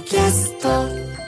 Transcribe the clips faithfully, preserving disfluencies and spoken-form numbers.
キャスト。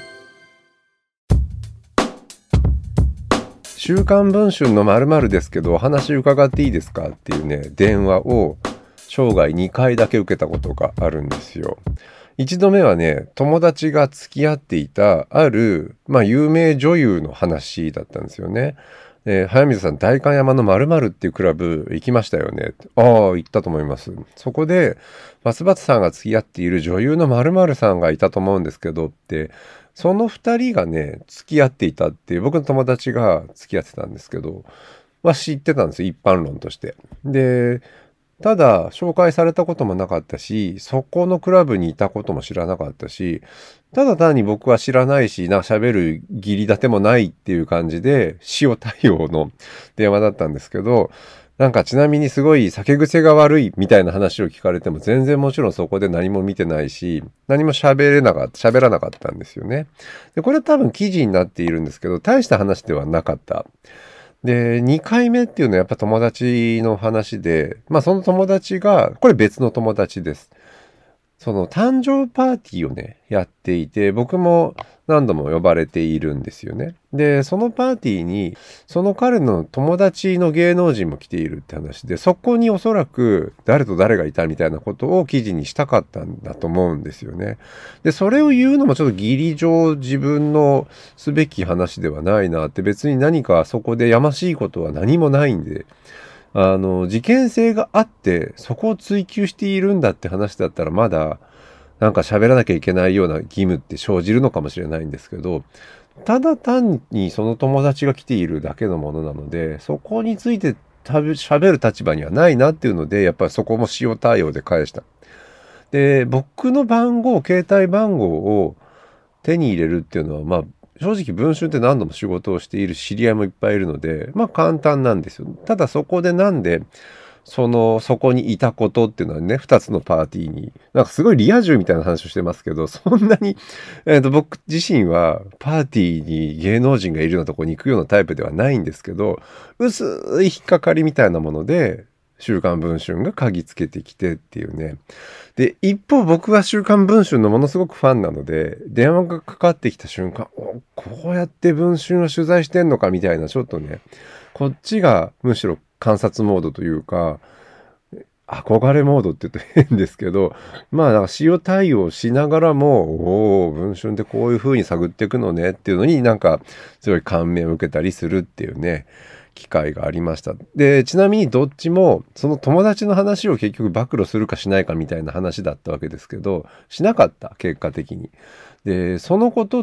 週刊文春の〇〇ですけどお話伺っていいですかっていうね電話を生涯にかいだけ受けたことがあるんですよ。一度目はね、友達が付き合っていたある、まあ、有名女優の話だったんですよね。で、早水さん、代官山の〇〇っていうクラブ行きましたよね。ああ、行ったと思います。そこで、バツバツさんが付き合っている女優の〇〇さんがいたと思うんですけどって、そのふたりがね、付き合っていたっていう、僕の友達が付き合ってたんですけど、は知ってたんですよ、一般論として。で、ただ紹介されたこともなかったし、そこのクラブにいたことも知らなかったし、ただ単に僕は知らないし、な喋る義理立てもないっていう感じで塩対応の電話だったんですけど、なんかちなみにすごい酒癖が悪いみたいな話を聞かれても全然もちろんそこで何も見てないし、何も喋れなかった、喋らなかったんですよね。で、これは多分記事になっているんですけど、大した話ではなかった。で、にかいめっていうのはやっぱ友達の話で、まあその友達が、これ別の友達です。その誕生パーティーをね、やっていて、僕も何度も呼ばれているんですよね。で、そのパーティーに、その彼の友達の芸能人も来ているって話で、そこにおそらく誰と誰がいたみたいなことを記事にしたかったんだと思うんですよね。で、それを言うのもちょっと義理上自分のすべき話ではないなって、別に何かそこでやましいことは何もないんで、あの、事件性があって、そこを追求しているんだって話だったら、まだ、なんか喋らなきゃいけないような義務って生じるのかもしれないんですけど、ただ単にその友達が来ているだけのものなので、そこについて喋る立場にはないなっていうので、やっぱりそこも塩対応で返した。で、僕の番号、携帯番号を手に入れるっていうのは、まあ、正直文春って何度も仕事をしている知り合いもいっぱいいるので、まあ簡単なんですよ。ただそこでなんで、その、そこにいたことっていうのはね、二つのパーティーに、なんかすごいリア充みたいな話をしてますけど、そんなに、えっと、僕自身はパーティーに芸能人がいるようなとこに行くようなタイプではないんですけど、薄い引っかかりみたいなもので、週刊文春が嗅ぎつけてきてっていうね。で、一方僕は週刊文春のものすごくファンなので、電話がかかってきた瞬間、お、こうやって文春を取材してんのかみたいな、ちょっとね、こっちがむしろ観察モードというか、憧れモードって言うと変ですけど、まあ、なんか塩対応しながらも、おお、文春ってこういう風に探っていくのねっていうのになんか、すごい感銘を受けたりするっていうね、機会がありました。で、ちなみにどっちも、その友達の話を結局暴露するかしないかみたいな話だったわけですけど、しなかった、結果的に。で、そのことって、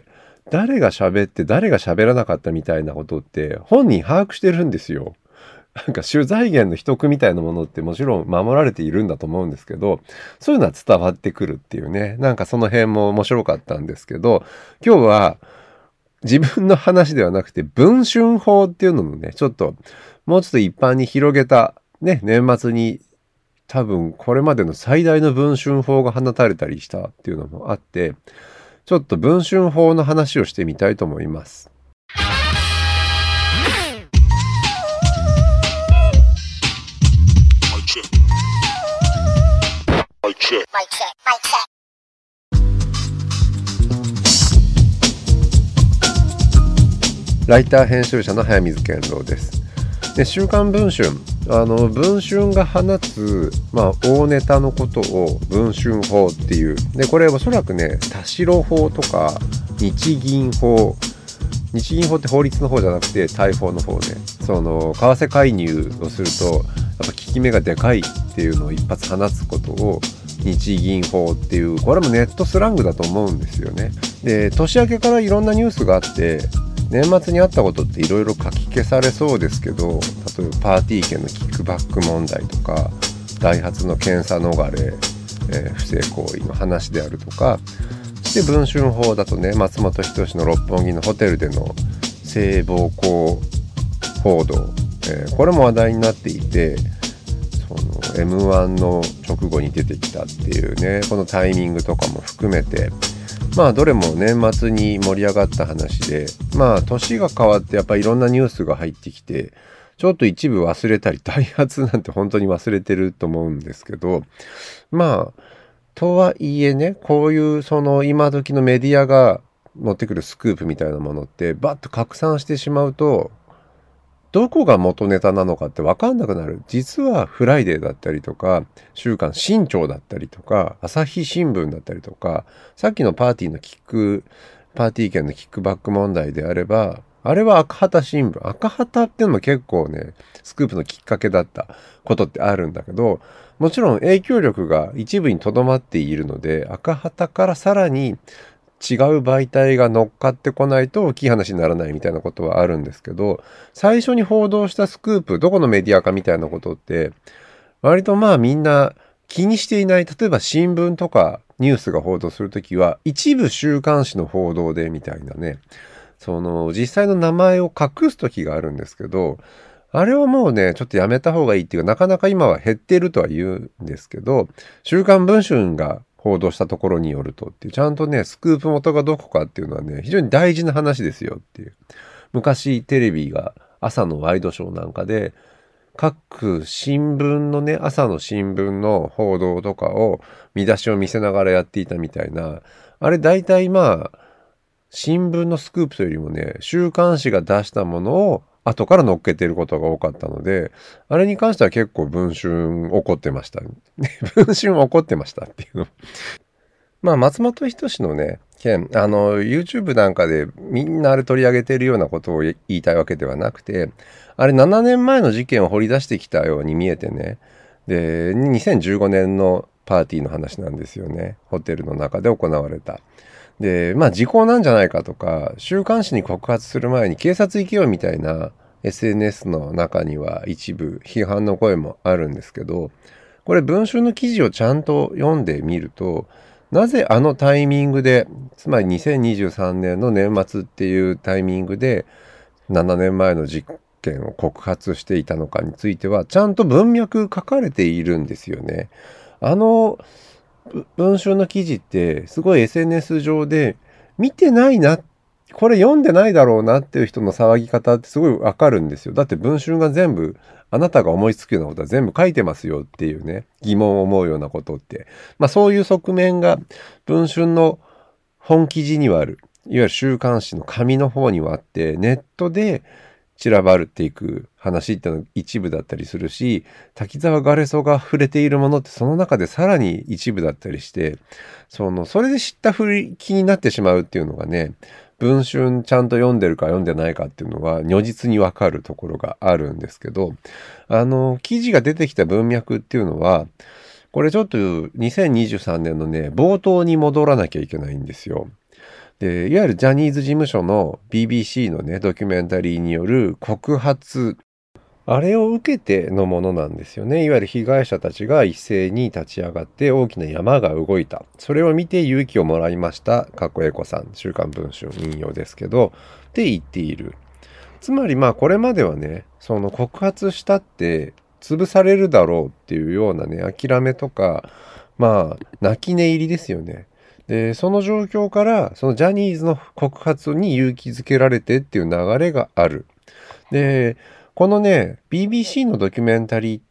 誰が喋って誰が喋らなかったみたいなことって本人把握してるんですよ。なんか取材源の秘匿みたいなものってもちろん守られているんだと思うんですけど、そういうのは伝わってくるっていうね、なんかその辺も面白かったんですけど、今日は自分の話ではなくて文春法っていうのもね、ちょっともうちょっと一般に広げたね、年末に多分これまでの最大の文春法が放たれたりしたっていうのもあって、ちょっと文春法の話をしてみたいと思います。ライター編集者の早水健郎です。で、週刊文春、あの文春が放つ、まあ、大ネタのことを文春法っていう。で、これおそらくね、田代法とか日銀法、日銀法って法律の方じゃなくて大法の方ね。その為替介入をするとやっぱ効き目がでかいっていうのを一発放つことを日銀法っていう、これもネットスラングだと思うんですよね。で、年明けからいろんなニュースがあって、年末にあったことっていろいろ書き消されそうですけど、例えばパーティー券のキックバック問題とか、ダイハツの検査逃れ、えー、不正行為の話であるとか、で文春法だとね、松本人志の六本木のホテルでの性暴行報道、えー、これも話題になっていて、その エムワン の直後に出てきたっていうね、このタイミングとかも含めて、まあどれも年末に盛り上がった話で、まあ年が変わってやっぱりいろんなニュースが入ってきて、ちょっと一部忘れたり、ダイハツなんて本当に忘れてると思うんですけど、まあとはいえね、こういうその今時のメディアが持ってくるスクープみたいなものってバッと拡散してしまうと、どこが元ネタなのかって分かんなくなる。実はフライデーだったりとか、週刊新潮だったりとか、朝日新聞だったりとか、さっきのパーティーのキック、パーティー券のキックバック問題であれば、あれは赤旗新聞。赤旗っていうのも結構ね、スクープのきっかけだったことってあるんだけど、もちろん影響力が一部にとどまっているので、赤旗からさらに違う媒体が乗っかってこないと大きい話にならないみたいなことはあるんですけど、最初に報道したスクープ、どこのメディアかみたいなことって、割とまあみんな気にしていない、例えば新聞とかニュースが報道するときは、一部週刊誌の報道でみたいなね、その実際の名前を隠すときがあるんですけど、あれはもうね、ちょっとやめた方がいいっていうか、なかなか今は減っているとは言うんですけど、週刊文春が報道したところによるとっていう、ちゃんとね、スクープ元がどこかっていうのはね、非常に大事な話ですよっていう。昔テレビが朝のワイドショーなんかで、各新聞のね、朝の新聞の報道とかを見出しを見せながらやっていたみたいな、あれ大体まあ、新聞のスクープというよりもね、週刊誌が出したものを後から乗っけてることが多かったので、あれに関しては結構文春怒ってました。文春怒ってましたっていうの。まあ松本人志のね、件、あの、YouTube なんかでみんなあれ取り上げてるようなことを言いたいわけではなくて、あれななねんまえの事件を掘り出してきたように見えてね、で、にせんじゅうごねんのパーティーの話なんですよね。ホテルの中で行われた。で、まあ時効なんじゃないかとか、週刊誌に告発する前に警察行けよみたいな エスエヌエス の中には一部批判の声もあるんですけど、これ文春の記事をちゃんと読んでみると、なぜあのタイミングで、つまりにせんにじゅうさんねんの年末っていうタイミングでななねんまえの事件を告発していたのかについては、ちゃんと文脈書かれているんですよね。あの文春の記事ってすごい エスエヌエス 上で見てないな、これ読んでないだろうなっていう人の騒ぎ方ってすごいわかるんですよ。だって文春が全部あなたが思いつくようなことは全部書いてますよっていうね、疑問を思うようなことって、まあそういう側面が文春の本記事にはある。いわゆる週刊誌の紙の方にはあって、ネットで散らばるっていく話っての一部だったりするし、滝沢ガレソが触れているものってその中でさらに一部だったりして、その、それで知ったふり気になってしまうっていうのがね、文春ちゃんと読んでるか読んでないかっていうのは如実にわかるところがあるんですけど、あの、記事が出てきた文脈っていうのは、これちょっとにせんにじゅうさんねんのね、冒頭に戻らなきゃいけないんですよ。で、いわゆるジャニーズ事務所の ビービーシー のね、ドキュメンタリーによる告発、あれを受けてのものなんですよね。いわゆる被害者たちが一斉に立ち上がって大きな山が動いた。それを見て勇気をもらいました。かっこえこさん、週刊文春引用ですけど、って言っている。つまりまあこれまではね、その告発したって潰されるだろうっていうようなね、諦めとか、まあ泣き寝入りですよね。で、その状況から、そのジャニーズの告発に勇気づけられてっていう流れがある。で、このね、ビービーシー のドキュメンタリーって、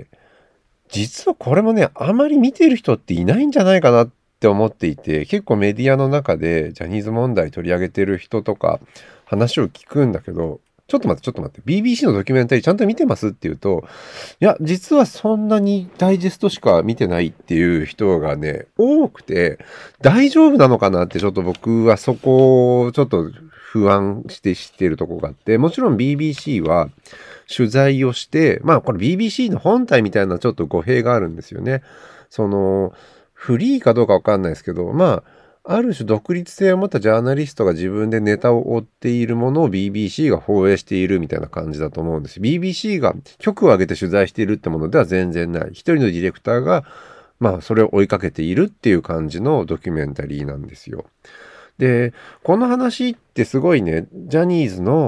実はこれもね、あまり見てる人っていないんじゃないかなって思っていて、結構メディアの中でジャニーズ問題取り上げてる人とか話を聞くんだけど、ちょっと待って、ちょっと待って、ビービーシー のドキュメンタリーちゃんと見てますって言うと、いや、実はそんなにダイジェストしか見てないっていう人がね、多くて、大丈夫なのかなってちょっと僕はそこをちょっと不安して知っているところがあって、もちろん ビービーシー は取材をして、まあこれ ビービーシー の本体みたいなちょっと語弊があるんですよね。その、フリーかどうかわかんないですけど、まあ、ある種独立性を持ったジャーナリストが自分でネタを追っているものを ビービーシー が放映しているみたいな感じだと思うんです。ビービーシー が局を挙げて取材しているってものでは全然ない。一人のディレクターが、まあ、それを追いかけているっていう感じのドキュメンタリーなんですよ。で、この話ってすごいね、ジャニーズの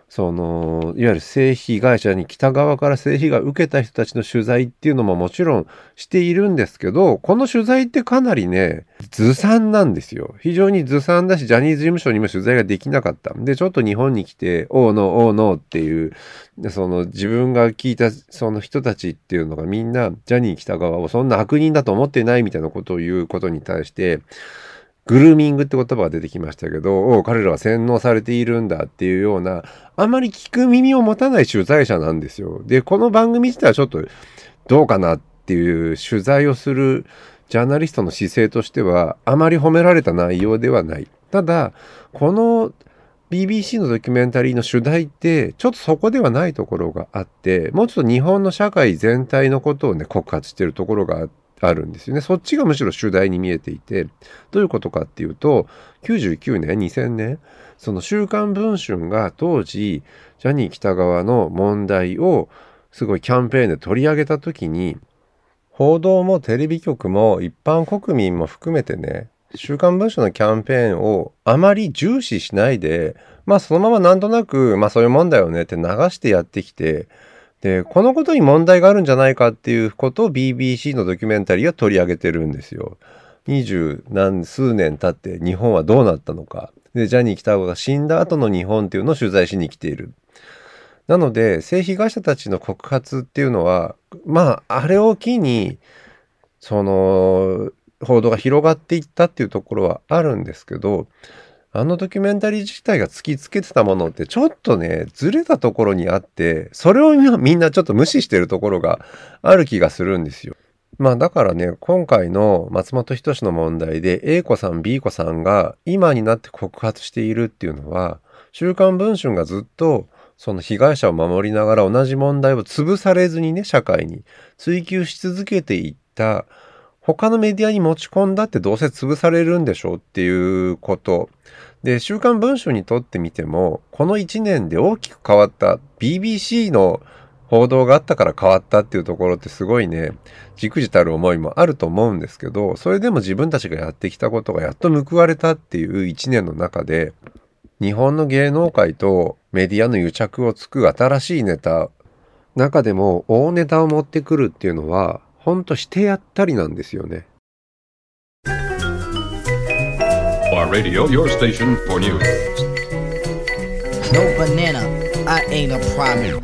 そのいわゆる性被害者に北側から性被害を受けた人たちの取材っていうのももちろんしているんですけど、この取材ってかなりねずさんなんですよ。非常にずさんだし、ジャニーズ事務所にも取材ができなかった。でちょっと日本に来て「おーノーおーノー」っていう、その自分が聞いたその人たちっていうのがみんなジャニー喜多川をそんな悪人だと思ってないみたいなことを言うことに対して、グルーミングって言葉が出てきましたけど、お彼らは洗脳されているんだっていうような、あまり聞く耳を持たない取材者なんですよ。でこの番組自体はちょっとどうかなっていう取材をするジャーナリストの姿勢としてはあまり褒められた内容ではない。ただこの ビービーシー のドキュメンタリーの主題ってちょっとそこではないところがあって、もうちょっと日本の社会全体のことをね告発しているところがあってあるんですよね。そっちがむしろ主題に見えていて、どういうことかっていうと、きゅうじゅうきゅうねんにせんねん、その週刊文春が当時ジャニー喜多川の問題をすごいキャンペーンで取り上げた時に、報道もテレビ局も一般国民も含めてね、週刊文春のキャンペーンをあまり重視しないで、まあそのままなんとなくまあそういうもんだよねって流してやってきて、でこのことに問題があるんじゃないかっていうことを ビービーシー のドキュメンタリーは取り上げてるんですよ。二十何数年経って日本はどうなったのか。でジャニー喜多川が死んだ後の日本っていうのを取材しに来ている。なので性被害者たちの告発っていうのはまああれを機にその報道が広がっていったっていうところはあるんですけど、あのドキュメンタリー自体が突きつけてたものってちょっとねずれたところにあって、それをみんなちょっと無視してるところがある気がするんですよ。まあだからね、今回の松本人志の問題で A 子さん B 子さんが今になって告発しているっていうのは、週刊文春がずっとその被害者を守りながら同じ問題を潰されずにね、社会に追及し続けていった他のメディアに持ち込んだってどうせ潰されるんでしょうっていうことで、週刊文春にとってみてもこのいちねんで大きく変わった ビービーシー の報道があったから変わったっていうところってすごいね、じくじたる思いもあると思うんですけど、それでも自分たちがやってきたことがやっと報われたっていういちねんの中で、日本の芸能界とメディアの癒着をつく新しいネタ、中でも大ネタを持ってくるっていうのはほんとしてやったりなんですよね。 Radio, your station for news. No banana, I ain't a problem.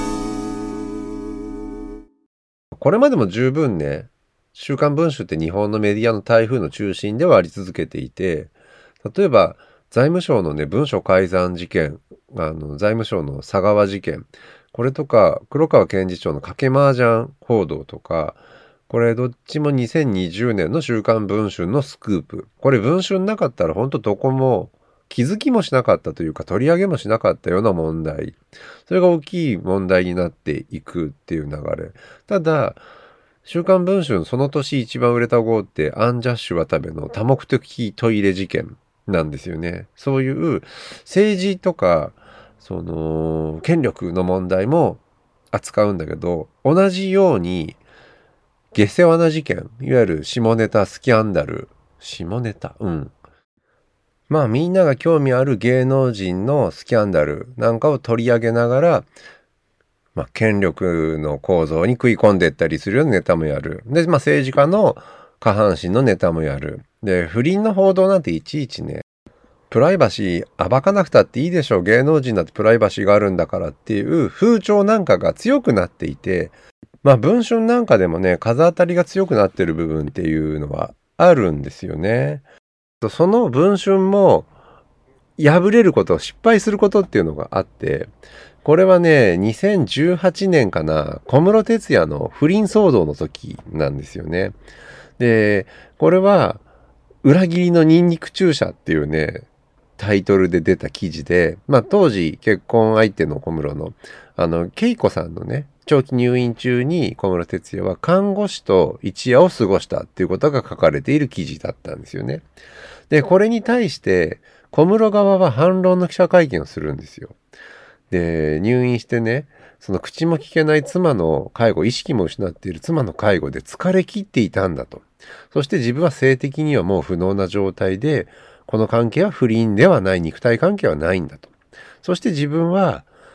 これまでも十分ね、週刊文春って日本のメディアの台風の中心ではあり続けていて、例えば財務省のね文書改ざん事件、あの財務省の佐川事件、これとか黒川検事長の賭け麻雀報道とか、これどっちもにせんにじゅうねんの週刊文春のスクープ。これ文春なかったら本当どこも気づきもしなかったというか取り上げもしなかったような問題。それが大きい問題になっていくっていう流れ。ただ週刊文春その年一番売れた号ってアンジャッシュ渡部の多目的トイレ事件なんですよね。そういう政治とかその権力の問題も扱うんだけど、同じように下世話な事件、いわゆる下ネタスキャンダル、下ネタ、うん。まあみんなが興味ある芸能人のスキャンダルなんかを取り上げながら、まあ権力の構造に食い込んでいったりするようなネタもやる。で、まあ政治家の下半身のネタもやる。で、不倫の報道なんていちいちね、プライバシー暴かなくたっていいでしょう。芸能人だってプライバシーがあるんだからっていう風潮なんかが強くなっていて、まあ文春なんかでもね、風当たりが強くなってる部分っていうのはあるんですよね。その文春も破れること、失敗することっていうのがあって、これはね、にせんじゅうはちねんかな、小室哲哉の不倫騒動の時なんですよね。で、これは裏切りのニンニク注射っていうね、タイトルで出た記事で、まあ当時結婚相手の小室のあの恵子さんのね、長期入院中に小室哲哉は看護師と一夜を過ごしたっていうことが書かれている記事だったんですよね。で、これに対して小室側は反論の記者会見をするんですよ。で、入院してね、その口も聞けない妻の介護、意識も失っている妻の介護で疲れ切っていたんだと。そして自分は性的にはもう不能な状態で、この関係は不倫ではない、肉体関係はないんだと。そして自分は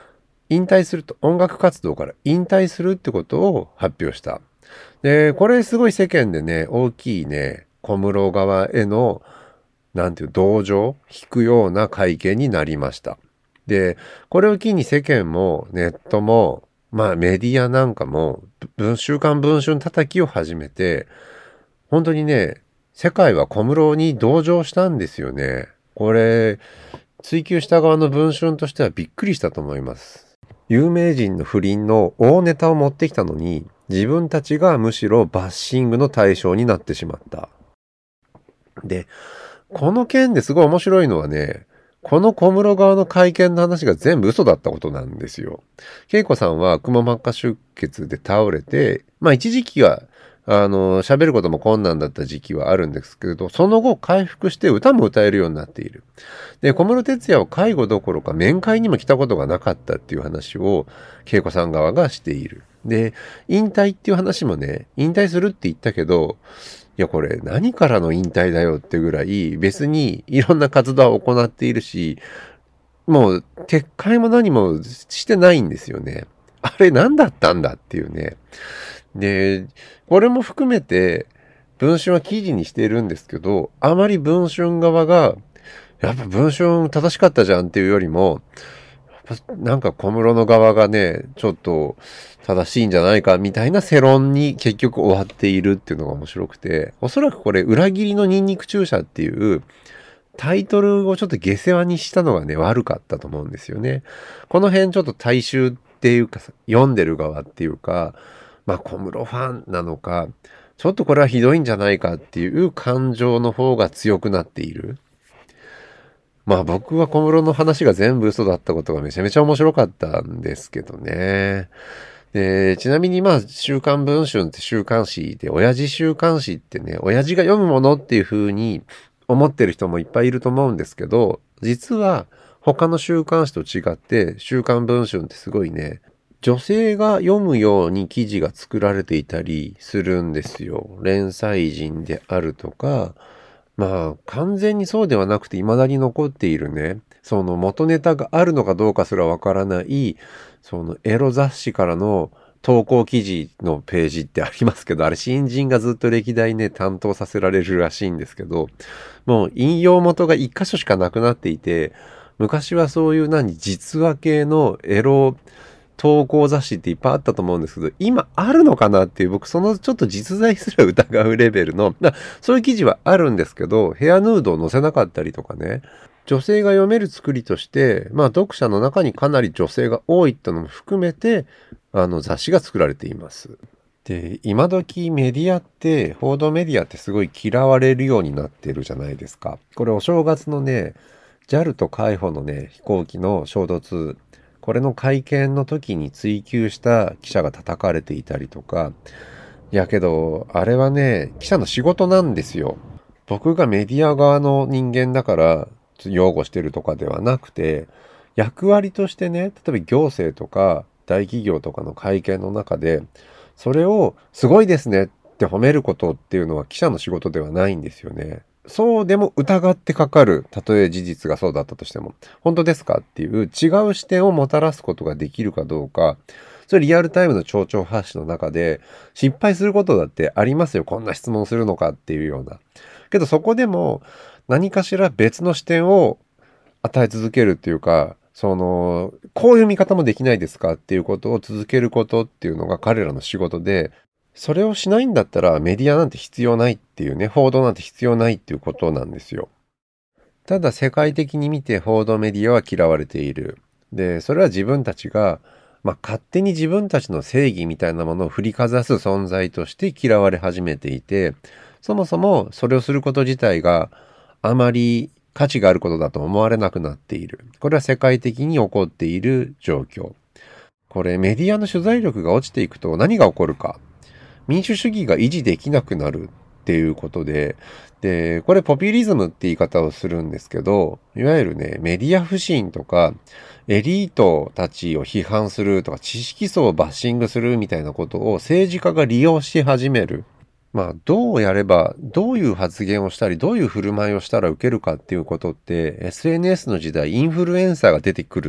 引退すると、音楽活動から引退するってことを発表した。で、これすごい世間でね、大きいね、小室側への、なんていう、同情、引くような会見になりました。で、これを機に世間もネットも、まあメディアなんかも、週刊文春叩きを始めて、本当にね、世界は小室に同情したんですよね。これ、追及した側の文春としてはびっくりしたと思います。有名人の不倫の大ネタを持ってきたのに、自分たちがむしろバッシングの対象になってしまった。で、この件ですごい面白いのはね、この小室側の会見の話が全部嘘だったことなんですよ。恵子さんはくも膜下出血で倒れて、まあ一時期は、あの、喋ることも困難だった時期はあるんですけど、その後回復して歌も歌えるようになっている。で、小室哲哉は介護どころか面会にも来たことがなかったっていう話を恵子さん側がしている。で、引退っていう話もね、引退するって言ったけど、いやこれ何からの引退だよってぐらい別にいろんな活動を行っているし、もう撤回も何もしてないんですよね。あれ何だったんだっていうね。で、これも含めて文春は記事にしているんですけど、あまり文春側がやっぱ文春正しかったじゃんっていうよりも、なんか小室の側がね、ちょっと正しいんじゃないかみたいな世論に結局終わっているっていうのが面白くて、おそらくこれ裏切りのニンニク注射っていうタイトルをちょっと下世話にしたのがね、悪かったと思うんですよね。この辺ちょっと大衆っていうか、読んでる側っていうか、まあ小室ファンなのか、ちょっとこれはひどいんじゃないかっていう感情の方が強くなっている。まあ僕は小室の話が全部嘘だったことがめちゃめちゃ面白かったんですけどね。で、ちなみにまあ週刊文春って週刊誌で、親父週刊誌ってね、親父が読むものっていう風に思ってる人もいっぱいいると思うんですけど、実は他の週刊誌と違って週刊文春ってすごいね、女性が読むように記事が作られていたりするんですよ。連載人であるとか、まあ完全にそうではなくて未だに残っているね、その元ネタがあるのかどうかすらわからないそのエロ雑誌からの投稿記事のページってありますけど、あれ新人がずっと歴代ね担当させられるらしいんですけど、もう引用元が一箇所しかなくなっていて、昔はそういう何実話系のエロ投稿雑誌っていっぱいあったと思うんですけど、今あるのかなっていう、僕そのちょっと実在すら疑うレベルの、そういう記事はあるんですけど、ヘアヌードを載せなかったりとかね、女性が読める作りとして、まあ読者の中にかなり女性が多いってのも含めて、あの雑誌が作られています。で、今時メディアって、報道メディアってすごい嫌われるようになってるじゃないですか。これお正月のね、ジャル と海保のね、飛行機の衝突、これの会見の時に追及した記者が叩かれていたりとか、いやけど、あれはね、記者の仕事なんですよ。僕がメディア側の人間だから、擁護してるとかではなくて、役割としてね、例えば行政とか大企業とかの会見の中で、それをすごいですねって褒めることっていうのは記者の仕事ではないんですよね。そうでも疑ってかかる、たとえ事実がそうだったとしても、本当ですかっていう違う視点をもたらすことができるかどうか、それリアルタイムの丁々発信の中で失敗することだってありますよ。こんな質問するのかっていうような。けどそこでも何かしら別の視点を与え続けるっていうか、その、こういう見方もできないですかっていうことを続けることっていうのが彼らの仕事で、それをしないんだったらメディアなんて必要ないっていうね、報道なんて必要ないっていうことなんですよ。ただ世界的に見て報道メディアは嫌われている。で、それは自分たちが、まあ、勝手に自分たちの正義みたいなものを振りかざす存在として嫌われ始めていて、そもそもそれをすること自体があまり価値があることだと思われなくなっている。これは世界的に起こっている状況。これメディアの取材力が落ちていくと何が起こるか。民主主義が維持できなくなるっていうことで、で、これポピュリズムって言い方をするんですけど、いわゆるね、メディア不信とか、エリートたちを批判するとか、知識層をバッシングするみたいなことを政治家が利用し始める。まあ、どうやれば、どういう発言をしたり、どういう振る舞いをしたら受けるかっていうことって、エスエヌエス の時代、インフルエンサーが出てくる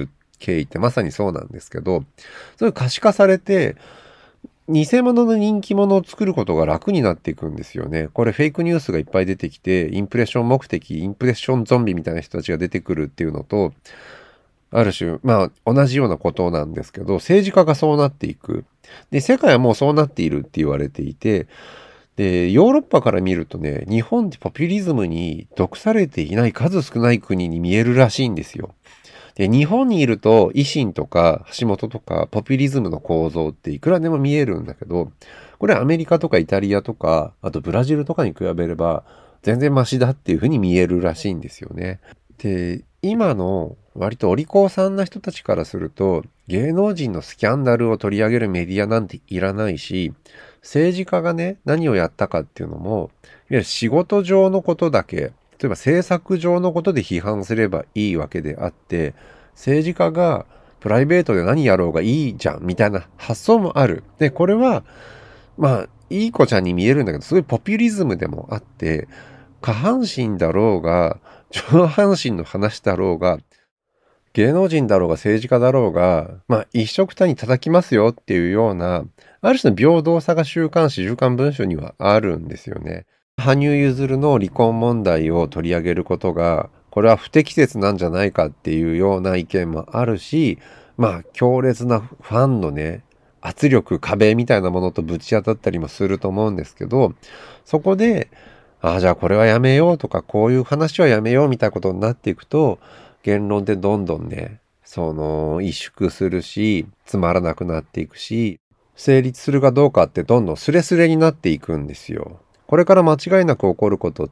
経緯ってまさにそうなんですけど、それ可視化されて、偽物の人気者を作ることが楽になっていくんですよね。これフェイクニュースがいっぱい出てきて、インプレッション目的、インプレッションゾンビみたいな人たちが出てくるっていうのと、ある種、まあ同じようなことなんですけど、政治家がそうなっていく。で、世界はもうそうなっているって言われていて、で、ヨーロッパから見るとね、日本ってポピュリズムに毒されていない数少ない国に見えるらしいんですよ。で、日本にいると維新とか橋本とかポピュリズムの構造っていくらでも見えるんだけど、これアメリカとかイタリアとか、あとブラジルとかに比べれば全然マシだっていう風に見えるらしいんですよね。で、今の割とお利口さんな人たちからすると、芸能人のスキャンダルを取り上げるメディアなんていらないし、政治家がね、何をやったかっていうのも、いわゆる仕事上のことだけ、例えば政策上のことで批判すればいいわけであって、政治家がプライベートで何やろうがいいじゃんみたいな発想もある。で、これは、まあ、いい子ちゃんに見えるんだけど、すごいポピュリズムでもあって、下半身だろうが、上半身の話だろうが、芸能人だろうが政治家だろうが、まあ一緒くたに叩きますよっていうような、ある種の平等さが週刊誌、週刊文春にはあるんですよね。羽生結弦の離婚問題を取り上げることが、これは不適切なんじゃないかっていうような意見もあるし、まあ強烈なファンのね、圧力、壁みたいなものとぶち当たったりもすると思うんですけど、そこで、ああ、じゃあこれはやめようとか、こういう話はやめようみたいなことになっていくと、言論ってどんどんね、その、萎縮するし、つまらなくなっていくし、成立するかどうかってどんどんスレスレになっていくんですよ。これから間違いなく起こることって、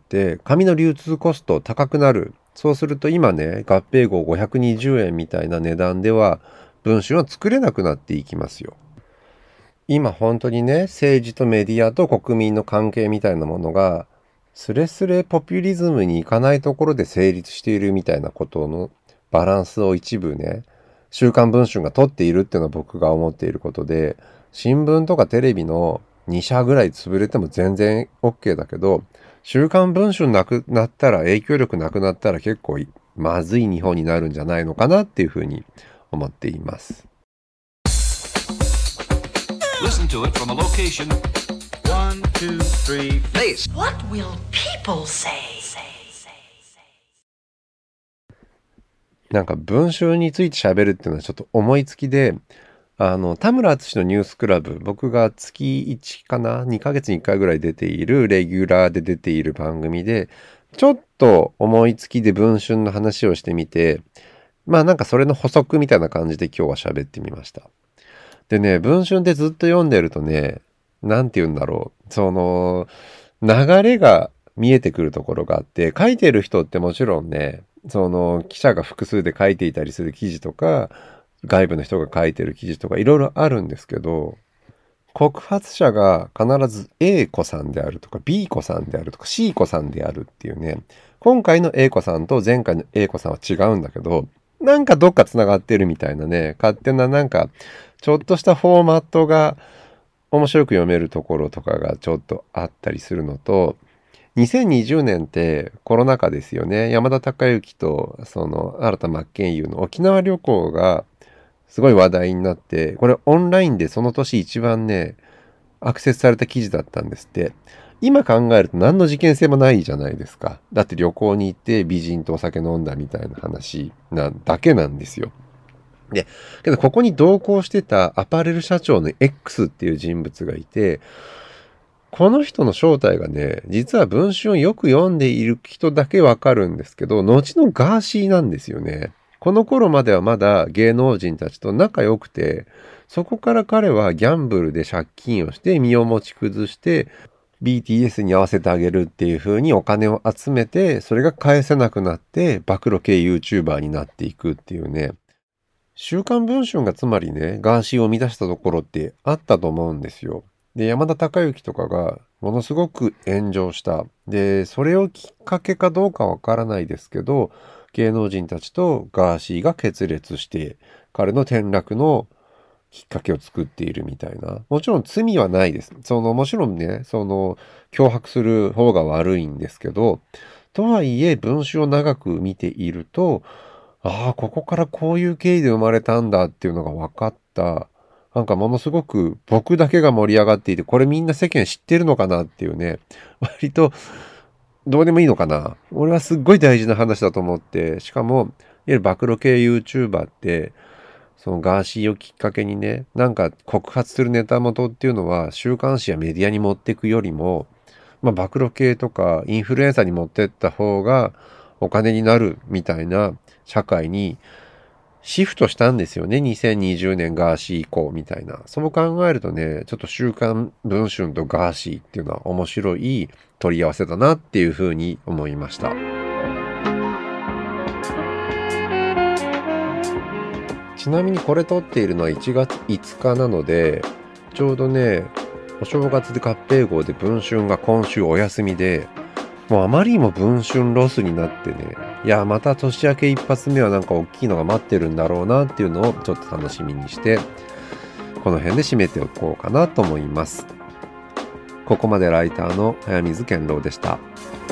紙の流通コスト高くなる。そうすると今ね、合併号ごひゃくにじゅうえんみたいな値段では、文春は作れなくなっていきますよ。今本当にね、政治とメディアと国民の関係みたいなものが、スレスレポピュリズムに行かないところで成立しているみたいなことのバランスを一部ね、週刊文春が取っているっていうのは僕が思っていることで、新聞とかテレビのに社ぐらい潰れても全然 OK だけど、週刊文春なくなったら、影響力なくなったら結構まずい日本になるんじゃないのかなっていうふうに思っています。 Listen to it from a location. One, two, three, Please. What will people say? なんか文春について喋るっていうのはちょっと思いつきで、あの、田村淳のニュースクラブ、僕が月いちかな ?に ヶ月にいっかいぐらい出ている、レギュラーで出ている番組で、ちょっと思いつきで文春の話をしてみて、まあなんかそれの補足みたいな感じで今日は喋ってみました。でね、文春でずっと読んでるとね、なんて言うんだろう。その、流れが見えてくるところがあって、書いてる人ってもちろんね、その、記者が複数で書いていたりする記事とか、外部の人が書いてる記事とかいろいろあるんですけど、告発者が必ず A 子さんであるとか B 子さんであるとか C 子さんであるっていうね、今回の A 子さんと前回の A 子さんは違うんだけど、なんかどっかつながってるみたいなね、勝手ななんか、ちょっとしたフォーマットが面白く読めるところとかがちょっとあったりするのと、にせんにじゅうねんってコロナ禍ですよね。山田孝之とその新田真剣佑の沖縄旅行がすごい話題になって、これオンラインでその年一番ね、アクセスされた記事だったんですって。今考えると何の事件性もないじゃないですか。だって旅行に行って美人とお酒飲んだみたいな話なだけなんですよ。で、けどここに同行してたアパレル社長の X っていう人物がいて、この人の正体がね、実は文春をよく読んでいる人だけわかるんですけど、後のガーシーなんですよね。この頃まではまだ芸能人たちと仲良くて、そこから彼はギャンブルで借金をして身を持ち崩して、ビーティーエス に合わせてあげるっていう風にお金を集めて、それが返せなくなって、暴露系 YouTuber になっていくっていうね。週刊文春がつまりね、ガーシーを生み出したところってあったと思うんですよ。で、山田孝之とかがものすごく炎上した。で、それをきっかけかどうかわからないですけど、芸能人たちとガーシーが決裂して、彼の転落のきっかけを作っているみたいな。もちろん罪はないです。その、もちろんね、その、脅迫する方が悪いんですけど、とはいえ、文春を長く見ていると、 ああ、ここからこういう経緯で生まれたんだっていうのが分かった。なんかものすごく僕だけが盛り上がっていて、これみんな世間知ってるのかなっていうね、割とどうでもいいのかな。俺はすっごい大事な話だと思って、しかも、いわゆる暴露系 YouTuber って、そのガーシーをきっかけにね、なんか告発するネタ元っていうのは週刊誌やメディアに持っていくよりも、まあ暴露系とかインフルエンサーに持ってった方がお金になるみたいな社会にシフトしたんですよね。にせんにじゅうねんガーシー以降みたいな。そう考えるとね、ちょっと週刊文春とガーシーっていうのは面白い取り合わせだなっていうふうに思いました。ちなみにこれ撮っているのはいちがついつかなので、ちょうどね、お正月で合併号で文春が今週お休みで、もうあまりにも文春ロスになってね、いや、また年明け一発目はなんか大きいのが待ってるんだろうなっていうのをちょっと楽しみにして、この辺で締めておこうかなと思います。ここまでライターの早水健郎でした。